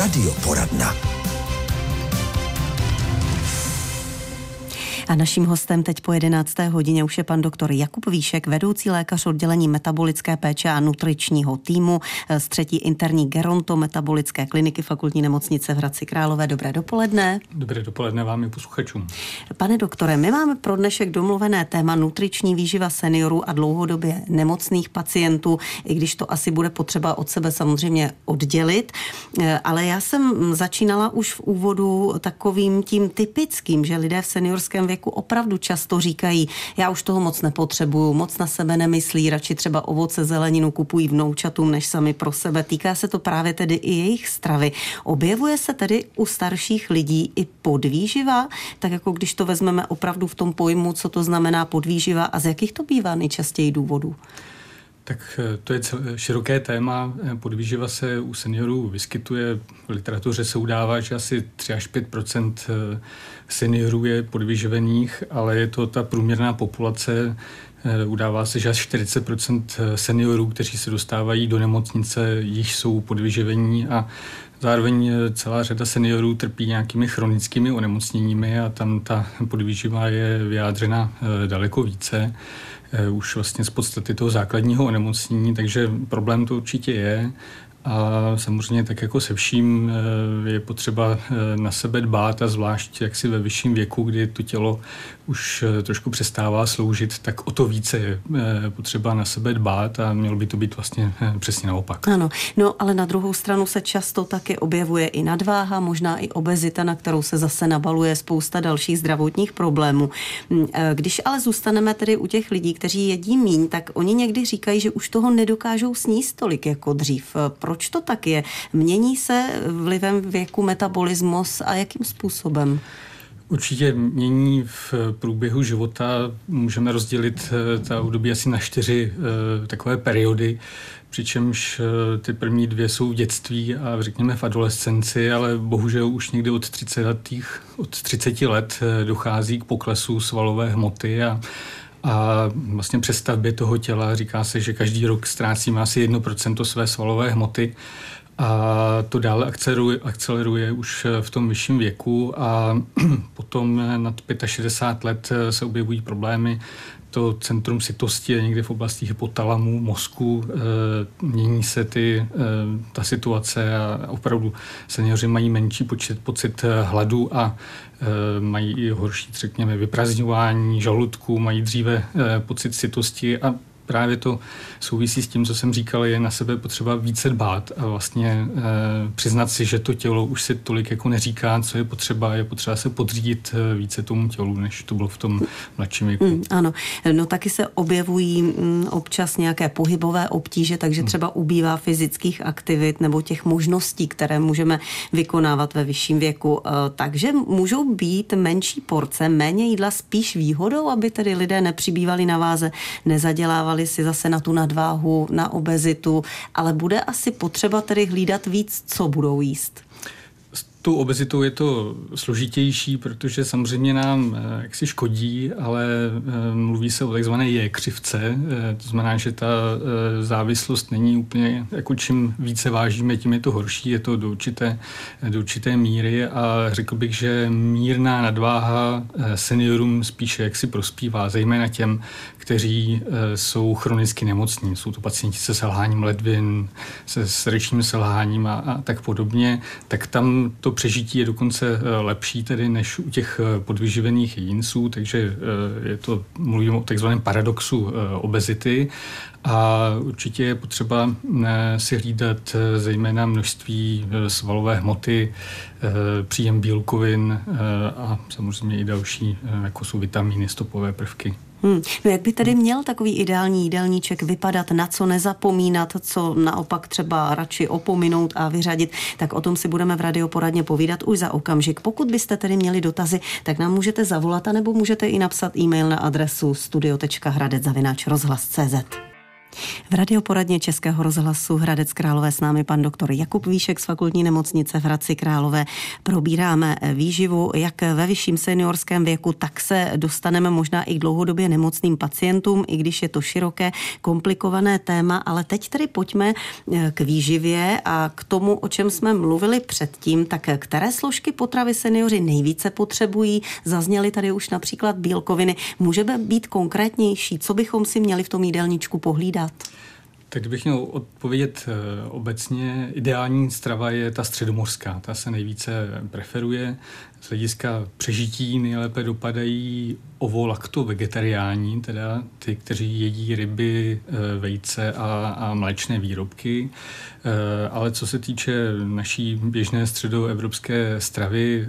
Radioporadna. A naším hostem teď po 11. hodině už je pan doktor Jakub Víšek, vedoucí lékař oddělení metabolické péče a nutričního týmu z 3. interní gerontometabolické kliniky Fakultní nemocnice v Hradci Králové. Dobré dopoledne. Dobré dopoledne vám i posluchačům. Pane doktore, my máme pro dnešek domluvené téma nutriční výživa seniorů a dlouhodobě nemocných pacientů, i když to asi bude potřeba od sebe samozřejmě oddělit. Ale já jsem začínala už v úvodu takovým tím typickým, že lidé v seniorském věku opravdu často říkají, já už toho moc nepotřebuju, moc na sebe nemyslí, radši třeba ovoce, zeleninu kupují vnoučatům než sami pro sebe. Týká se to právě tedy i jejich stravy. Objevuje se tedy u starších lidí i podvýživa, tak jako když to vezmeme opravdu v tom pojmu, co to znamená podvýživa a z jakých to bývá nejčastěji důvodů? Tak to je široké téma. Podvýživa se u seniorů vyskytuje. V literatuře se udává, že asi 3 až 5% seniorů je podvyživených, ale je to ta průměrná populace. Udává se, že až 40% seniorů, kteří se dostávají do nemocnice, již jsou podvyživení a zároveň celá řada seniorů trpí nějakými chronickými onemocněními a tam ta podvýživa je vyjádřena daleko více. Už vlastně z podstaty toho základního onemocnění, takže problém to určitě je. A samozřejmě tak jako se vším je potřeba na sebe dbát a zvlášť jaksi ve vyšším věku, kdy to tělo už trošku přestává sloužit, tak o to více je potřeba na sebe dbát a mělo by to být vlastně přesně naopak. Ano, no ale na druhou stranu se často taky objevuje i nadváha, možná i obezita, na kterou se zase nabaluje spousta dalších zdravotních problémů. Když ale zůstaneme tedy u těch lidí, kteří jedí míň, tak oni někdy říkají, že už toho nedokážou sníst tolik jako dřív. Proč to tak je? Mění se vlivem věku metabolismus a jakým způsobem? Určitě mění v průběhu života. Můžeme rozdělit ta období asi na 4 takové periody, přičemž ty první 2 jsou v dětství a řekněme v adolescenci, ale bohužel už někdy od 30 let dochází k poklesu svalové hmoty a vlastně přestavbě toho těla. Říká se, že každý rok ztrácíme asi 1% své svalové hmoty a to dále akceleruje už v tom vyšším věku a potom nad 65 let se objevují problémy. To centrum sytosti je někde v oblasti hypotalamu, mozku, mění se ta situace a opravdu seniori mají menší pocit hladu a mají i horší, řekněme, vyprazdňování žaludku, mají dříve pocit sytosti a právě to souvisí s tím, co jsem říkal, je na sebe potřeba více dbát a vlastně přiznat si, že to tělo už si tolik jako neříká, co je potřeba se podřídit více tomu tělu, než to bylo v tom mladším věku. Ano, no taky se objevují občas nějaké pohybové obtíže, takže třeba ubývá fyzických aktivit nebo těch možností, které můžeme vykonávat ve vyšším věku. Takže můžou být menší porce, méně jídla spíš výhodou, aby tedy lidé nepřibývali na váze, nezadělávali si zase na tu nadváhu, na obezitu, ale bude asi potřeba tedy hlídat víc, co budou jíst. S tou obezitou je to složitější, protože samozřejmě nám jaksi škodí, ale mluví se o takzvané J-křivce, to znamená, že ta závislost není úplně, jako čím více vážíme, tím je to horší, je to do určité míry a řekl bych, že mírná nadváha seniorům spíše jaksi prospívá, zejména těm, kteří jsou chronicky nemocní. Jsou to pacienti se selháním ledvin, se srdečním selháním a tak podobně, tak tam to přežití je dokonce lepší tedy než u těch podvyživených jedinců, takže mluvím o takzvaném paradoxu obezity a určitě je potřeba si hlídat zejména množství svalové hmoty, příjem bílkovin a samozřejmě i další, jako jsou vitamíny, stopové prvky. No jak by tedy měl takový ideální jídelníček vypadat, na co nezapomínat, co naopak třeba radši opominout a vyřadit, tak o tom si budeme v Radioporadně povídat už za okamžik. Pokud byste tedy měli dotazy, tak nám můžete zavolat, anebo můžete i napsat e-mail na adresu studio.hradec@rozhlas.cz. V radioporadně Českého rozhlasu Hradec Králové s námi pan doktor Jakub Víšek z Fakultní nemocnice v Hradci Králové. Probíráme výživu jak ve vyšším seniorském věku, tak se dostaneme možná i k dlouhodobě nemocným pacientům, i když je to široké, komplikované téma, ale teď tedy pojďme k výživě a k tomu, o čem jsme mluvili předtím, tak které složky potravy seniori nejvíce potřebují? Zazněly tady už například bílkoviny. Můžeme být konkrétnější, co bychom si měli v tom jídelníčku pohlídat? Tak kdybych měl odpovědět obecně, ideální strava je ta středomořská. Ta se nejvíce preferuje. Z hlediska přežití nejlépe dopadají ovo-lakto-vegetariáni, teda ty, kteří jedí ryby, vejce a mléčné výrobky. Ale co se týče naší běžné středoevropské stravy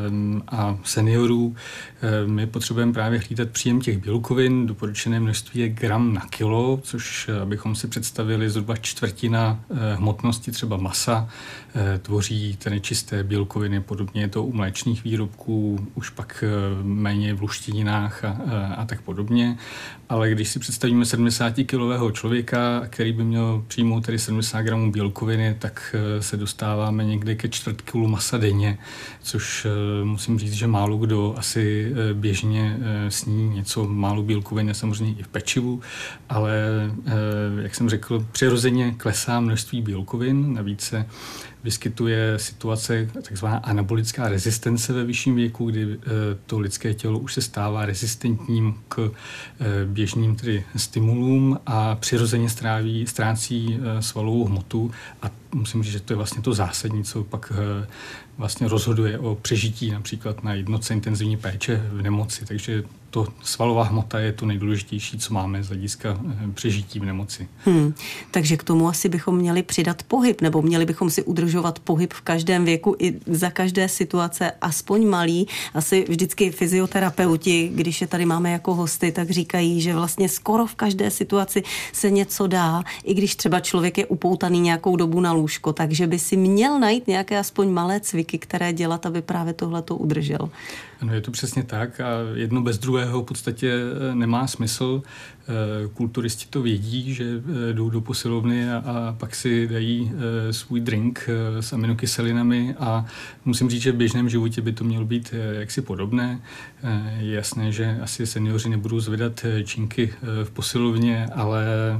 a seniorů, my potřebujeme právě hlídat příjem těch bílkovin. Doporučené množství je gram na kilo, což abychom si představili zhruba čtvrtina hmotnosti třeba masa tvoří ty nečisté bílkoviny. Podobně je to u mléčných výrobků, už pak méně v luštěninách a tak podobně. Ale když si představíme 70-kilového člověka, který by měl přijmout tedy 70 gramů bílkoviny, tak se dostáváme někde ke čtvrt kilu masa denně, což musím říct, že málo kdo asi běžně sní něco málo bílkovin, samozřejmě i v pečivu, ale jak jsem řekl, přirozeně klesá množství bílkovin, navíc se vyskytuje situace takzvaná anabolická rezistence ve vyšším věku, kdy to lidské tělo už se stává rezistentním k běžným tedy stimulům a přirozeně ztrácí svalovou hmotu a musím říct, že to je vlastně to zásadní, co pak vlastně rozhoduje o přežití například na jednotce intenzivní péče v nemoci. Takže to svalová hmota je to nejdůležitější, co máme z hlediska přežití v nemoci. Takže k tomu asi bychom měli přidat pohyb, nebo měli bychom si udržovat pohyb v každém věku i za každé situace, aspoň malý. Asi vždycky fyzioterapeuti, když je tady máme jako hosty, tak říkají, že vlastně skoro v každé situaci se něco dá, i když třeba člověk je upoutaný nějakou dobu na lůžko, takže by si měl najít nějaké aspoň malé cviky, které dělat, aby právě tohleto udržel. Ano, je to přesně tak a jedno bez druhého v podstatě nemá smysl. Kulturisti to vědí, že jdou do posilovny a pak si dají svůj drink s aminokyselinami a musím říct, že v běžném životě by to mělo být jaksi podobné. Je jasné, že asi seniori nebudou zvedat činky v posilovně, ale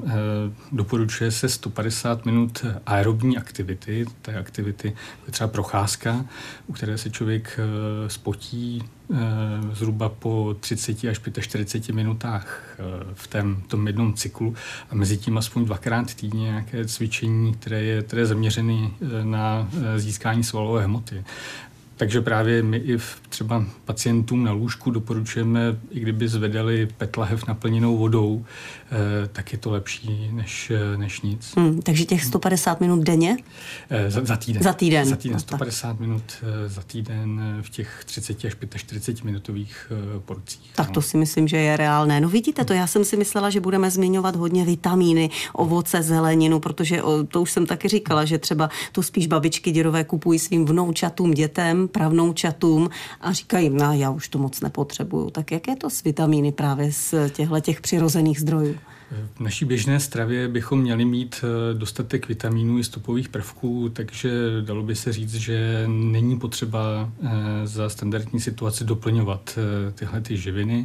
doporučuje se 150 minut aerobní aktivity, té aktivity třeba procházka, u které se člověk spotí zhruba po 30 až 45 minutách v tom jednom cyklu a mezi tím aspoň 2krát týdně nějaké cvičení, které je zaměřené na získání svalové hmoty. Takže právě my i třeba pacientům na lůžku doporučujeme, i kdyby zvedali PET lahev naplněnou vodou, tak je to lepší než nic. Takže těch 150 minut denně? Za týden. Za týden. 150 minut za týden v těch 30 až 45 minutových porcích. Tak to si myslím, že je reálné. No vidíte to, já jsem si myslela, že budeme zmiňovat hodně vitamíny, ovoce, zeleninu, protože to už jsem taky říkala, že třeba to spíš babičky dědové kupují svým vnoučatům, dětem, pravnoučatům a říkají, já už to moc nepotřebuju. Tak jak je to s vitamíny právě z těch přirozených zdrojů? V naší běžné stravě bychom měli mít dostatek vitamínů i stopových prvků, takže dalo by se říct, že není potřeba za standardní situaci doplňovat tyhle ty živiny.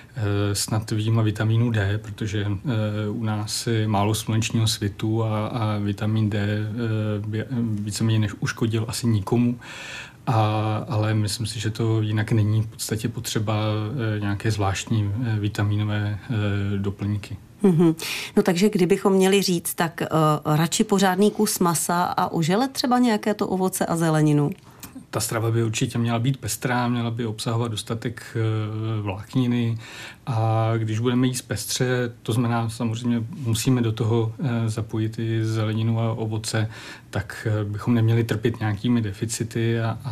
Snad vyjma vitamínu D, protože u nás je málo slunečního svitu a vitamin D víceméně než uškodil asi nikomu. Ale myslím si, že to jinak není v podstatě potřeba nějaké zvláštní vitamínové doplňky. No takže kdybychom měli říct, tak radši pořádný kus masa a oželet třeba nějaké to ovoce a zeleninu? Ta strava by určitě měla být pestrá, měla by obsahovat dostatek vlákniny a když budeme jíst pestře, to znamená samozřejmě musíme do toho zapojit i zeleninu a ovoce, tak bychom neměli trpět nějakými deficity,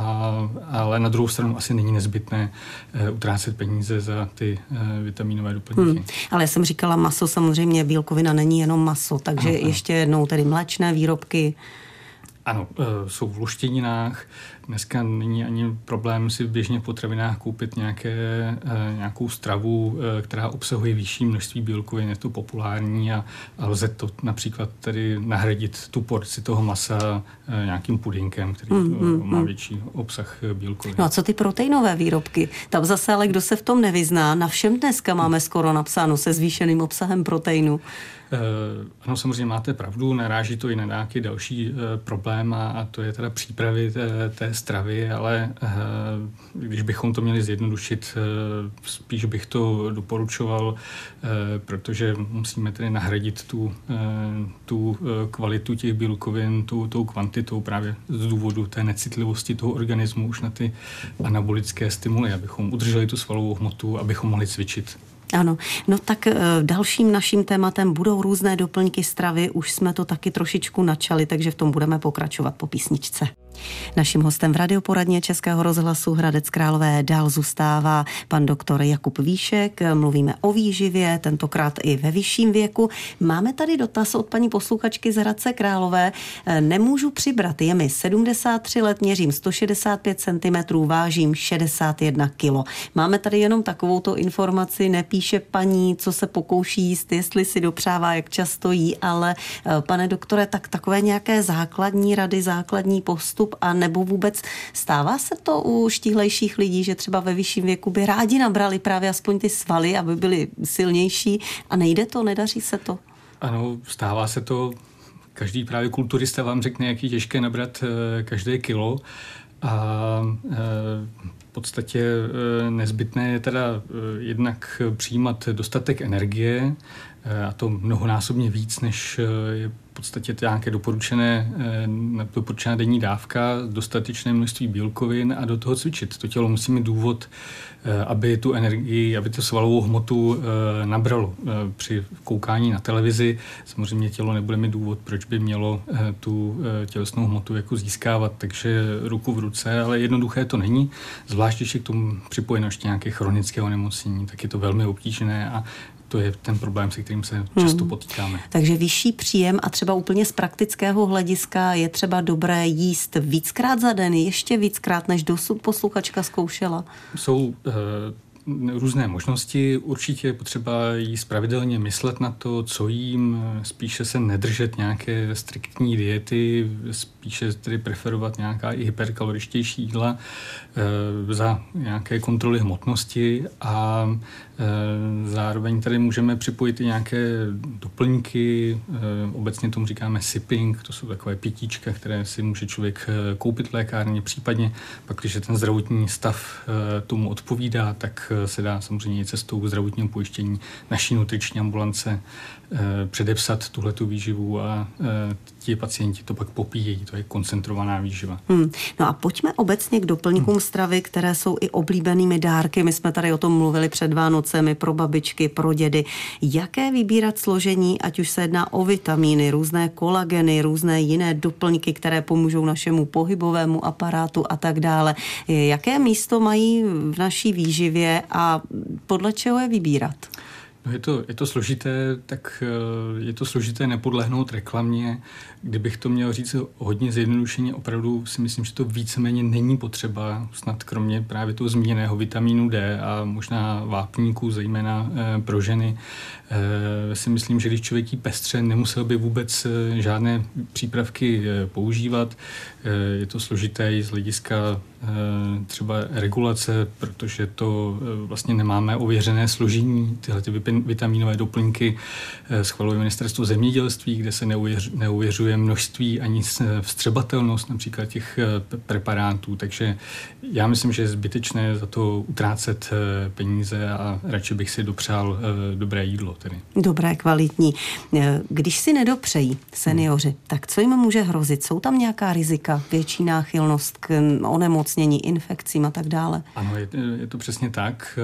ale na druhou stranu asi není nezbytné utrácet peníze za ty vitaminové doplňky. Ale já jsem říkala maso, samozřejmě bílkovina není jenom maso, takže ještě jednou tedy mléčné výrobky. Ano, jsou v luštěninách. Dneska není ani problém si běžně v potravinách koupit nějakou stravu, která obsahuje vyšší množství bílkovin, je to populární a lze to například tedy nahradit tu porci toho masa nějakým pudinkem, který má větší obsah bílkovin. No a co ty proteinové výrobky? Tam zase ale kdo se v tom nevyzná, na všem dneska máme skoro napsáno se zvýšeným obsahem proteinu. Ano, samozřejmě máte pravdu, naráží to i na nějaký další problém a to je teda přípravy té stravy, ale když bychom to měli zjednodušit, spíš bych to doporučoval, protože musíme tedy nahradit tu kvalitu těch bílkovin tou kvantitou právě z důvodu té necitlivosti toho organismu už na ty anabolické stimuly, abychom udrželi tu svalovou hmotu, abychom mohli cvičit. Ano, no tak dalším naším tématem budou různé doplňky stravy, už jsme to taky trošičku načali, takže v tom budeme pokračovat po písničce. Naším hostem v radioporadně Českého rozhlasu Hradec Králové dál zůstává pan doktor Jakub Víšek. Mluvíme o výživě, tentokrát i ve vyšším věku. Máme tady dotaz od paní posluchačky z Hradce Králové. Nemůžu přibrat, je mi 73 let, měřím 165 cm, vážím 61 kg. Máme tady jenom takovouto informaci, nepíše paní, co se pokouší jíst, jestli si dopřává, jak často jí, ale pane doktore, tak takové nějaké základní rady, základní postup, a nebo vůbec stává se to u štíhlejších lidí, že třeba ve vyšším věku by rádi nabrali právě aspoň ty svaly, aby byli silnější a nejde to, nedaří se to? Ano, stává se to. Každý právě kulturista vám řekne, jak je těžké nabrat každé kilo a v podstatě nezbytné je teda jednak přijímat dostatek energie, a to mnohonásobně víc, než je v podstatě nějaké doporučená denní dávka, dostatečné množství bílkovin a do toho cvičit. To tělo musí mít důvod, aby tu energii, aby tu svalovou hmotu nabralo. Při koukání na televizi samozřejmě tělo nebude mít důvod, proč by mělo tu tělesnou hmotu jako získávat, takže ruku v ruce, ale jednoduché to není. Zvlášť, když je k tomu připojeno ještě nějaké chronické onemocnění, tak je to velmi obtížné a to je ten problém, se kterým se často potýkáme. Takže vyšší příjem a třeba úplně z praktického hlediska je třeba dobré jíst víckrát za den, ještě víckrát, než dosud posluchačka zkoušela? Jsou různé možnosti. Určitě je potřeba jíst pravidelně, myslet na to, co jím, spíše se nedržet nějaké striktní diety, spíše tedy preferovat nějaká i hyperkaloričtější jídla za nějaké kontroly hmotnosti a zároveň tady můžeme připojit i nějaké doplňky, obecně tomu říkáme sipping, to jsou takové pitíčka, které si může člověk koupit v lékárně, případně pak, když ten zdravotní stav tomu odpovídá, tak se dá samozřejmě cestou zdravotního pojištění naší nutriční ambulance předepsat tuhletu výživu a ti pacienti to pak popíjejí, to je koncentrovaná výživa. No a pojďme obecně k doplňkům stravy, které jsou i oblíbenými dárky. My jsme tady o tom mluvili před Vánocemi, pro babičky, pro dědy. Jaké vybírat složení, ať už se jedná o vitamíny, různé kolageny, různé jiné doplňky, které pomůžou našemu pohybovému aparátu a tak dále. Jaké místo mají v naší výživě a podle čeho je vybírat? No je to složité, tak je to složité nepodlehnout reklamě. Kdybych to měl říct hodně zjednodušeně, opravdu si myslím, že to víceméně není potřeba, snad kromě právě toho zmíněného vitamínu D a možná vápníků, zejména pro ženy. Si myslím, že když člověk jí pestře, nemusel by vůbec žádné přípravky používat. Je to složité i z hlediska třeba regulace, protože to vlastně nemáme ověřené složení. Tyhle vitamínové doplňky schvaluje Ministerstvo zemědělství, kde se neuvěřuje množství ani vstřebatelnost například těch preparátů. Takže já myslím, že je zbytečné za to utrácet peníze a radši bych si dopřál dobré jídlo. Tedy. Dobré, kvalitní. Když si nedopřejí seniori, tak co jim může hrozit? Jsou tam nějaká rizika, větší náchylnost k onemocnění, infekcím a tak dále? Ano, je to přesně tak.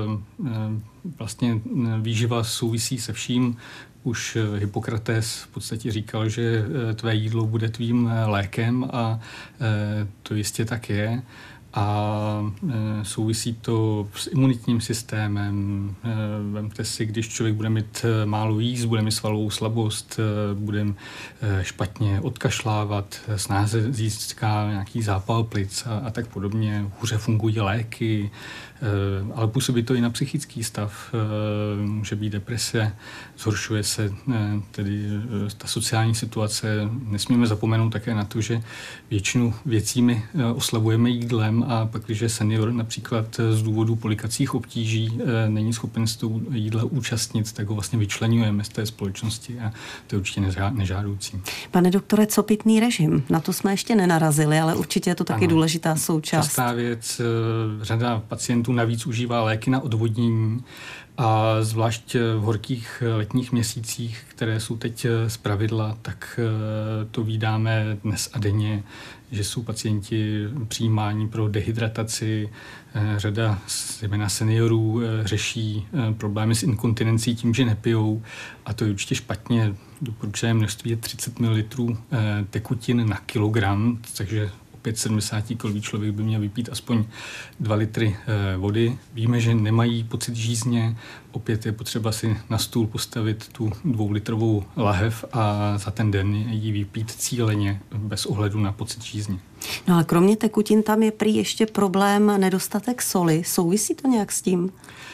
Vlastně výživa souvisí se vším. Už Hippokrates v podstatě říkal, že tvé jídlo bude tvým lékem a to jistě tak je. a souvisí to s imunitním systémem. Vemte si, když člověk bude mít málo jíst, bude mít svalovou slabost, bude špatně odkašlávat, snáze získá nějaký zápal plic a tak podobně. Hůře fungují léky, ale působí to i na psychický stav. Může být deprese, zhoršuje se tedy ta sociální situace. Nesmíme zapomenout také na to, že většinu věcí my oslavujeme jídlem a pak, když senior například z důvodu polikacích obtíží není schopen z toho jídla účastnit, tak ho vlastně vyčleňujeme z té společnosti a to je určitě nežádoucí. Pane doktore, co pitný režim? Na to jsme ještě nenarazili, ale určitě je to taky důležitá součást. Častá věc, řada pacientů navíc užívá léky na odvodnění a zvlášť v horkých letních měsících, které jsou teď zpravidla, tak to vídáme dnes a denně, že jsou pacienti přijímáni pro dehydrataci. Řada zejména seniorů řeší problémy s inkontinencí tím, že nepijou a to je určitě špatně. Doporučené množství je 30 ml tekutin na kilogram, takže 70-kilový člověk by měl vypít aspoň 2 litry vody. Víme, že nemají pocit žízně, opět je potřeba si na stůl postavit tu 2litrovou lahev a za ten den ji vypít cíleně, bez ohledu na pocit žízně. No ale kromě tekutin tam je prý ještě problém nedostatek soli. Souvisí to nějak s tím?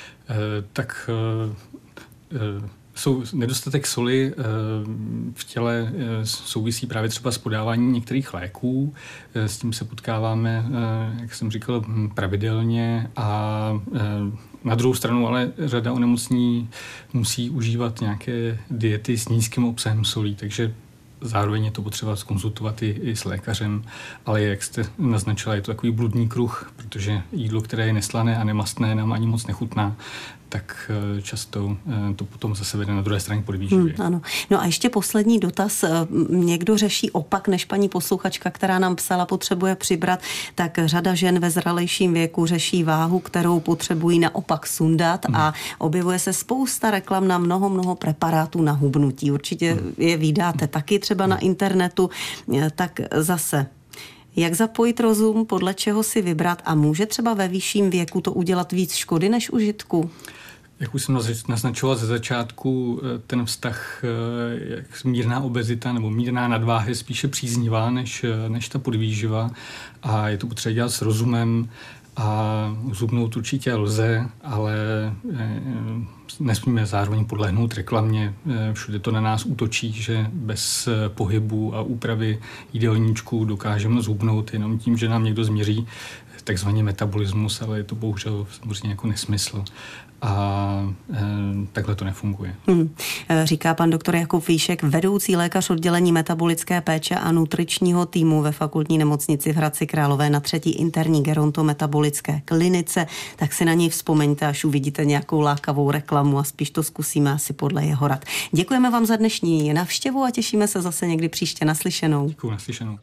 Nedostatek soli v těle souvisí právě třeba s podáváním některých léků. S tím se potkáváme, jak jsem říkal, pravidelně a na druhou stranu ale řada onemocnění musí užívat nějaké diety s nízkým obsahem solí, takže zároveň je to potřeba zkonzultovat i s lékařem, ale jak jste naznačila, je to takový bludný kruh, protože jídlo, které je neslané a nemastné, nám ani moc nechutná, tak často to potom zase vede na druhé straně podvýživě. Ano. No a ještě poslední dotaz. Někdo řeší opak, než paní posluchačka, která nám psala, potřebuje přibrat, tak řada žen ve zralejším věku řeší váhu, kterou potřebují naopak sundat a objevuje se spousta reklam na mnoho preparátů na hubnutí. Určitě je vídáte taky třeba na internetu. Tak zase, jak zapojit rozum, podle čeho si vybrat a může třeba ve vyšším věku to udělat víc škody než užitku? Jak už jsem naznačoval ze začátku, ten vztah, jak mírná obezita nebo mírná nadváha je spíše příznivá než ta podvýživa a je to potřeba dělat s rozumem a zhubnout určitě lze, ale nesmíme zároveň podlehnout reklamě. Všude to na nás útočí, že bez pohybu a úpravy jídelníčku dokážeme zhubnout jenom tím, že nám někdo změří takzvaný metabolismus, ale je to bohužel samozřejmě jako nesmysl. A takhle to nefunguje. Říká pan doktor Jakub Víšek, vedoucí lékař oddělení metabolické péče a nutričního týmu ve Fakultní nemocnici v Hradci Králové na 3. interní gerontometabolické klinice. Tak si na něj vzpomeňte, až uvidíte nějakou lákavou reklamu a spíš to zkusíme asi podle jeho rad. Děkujeme vám za dnešní návštěvu a těšíme se zase někdy příště. Naslyšenou. Děkuju, naslyšenou.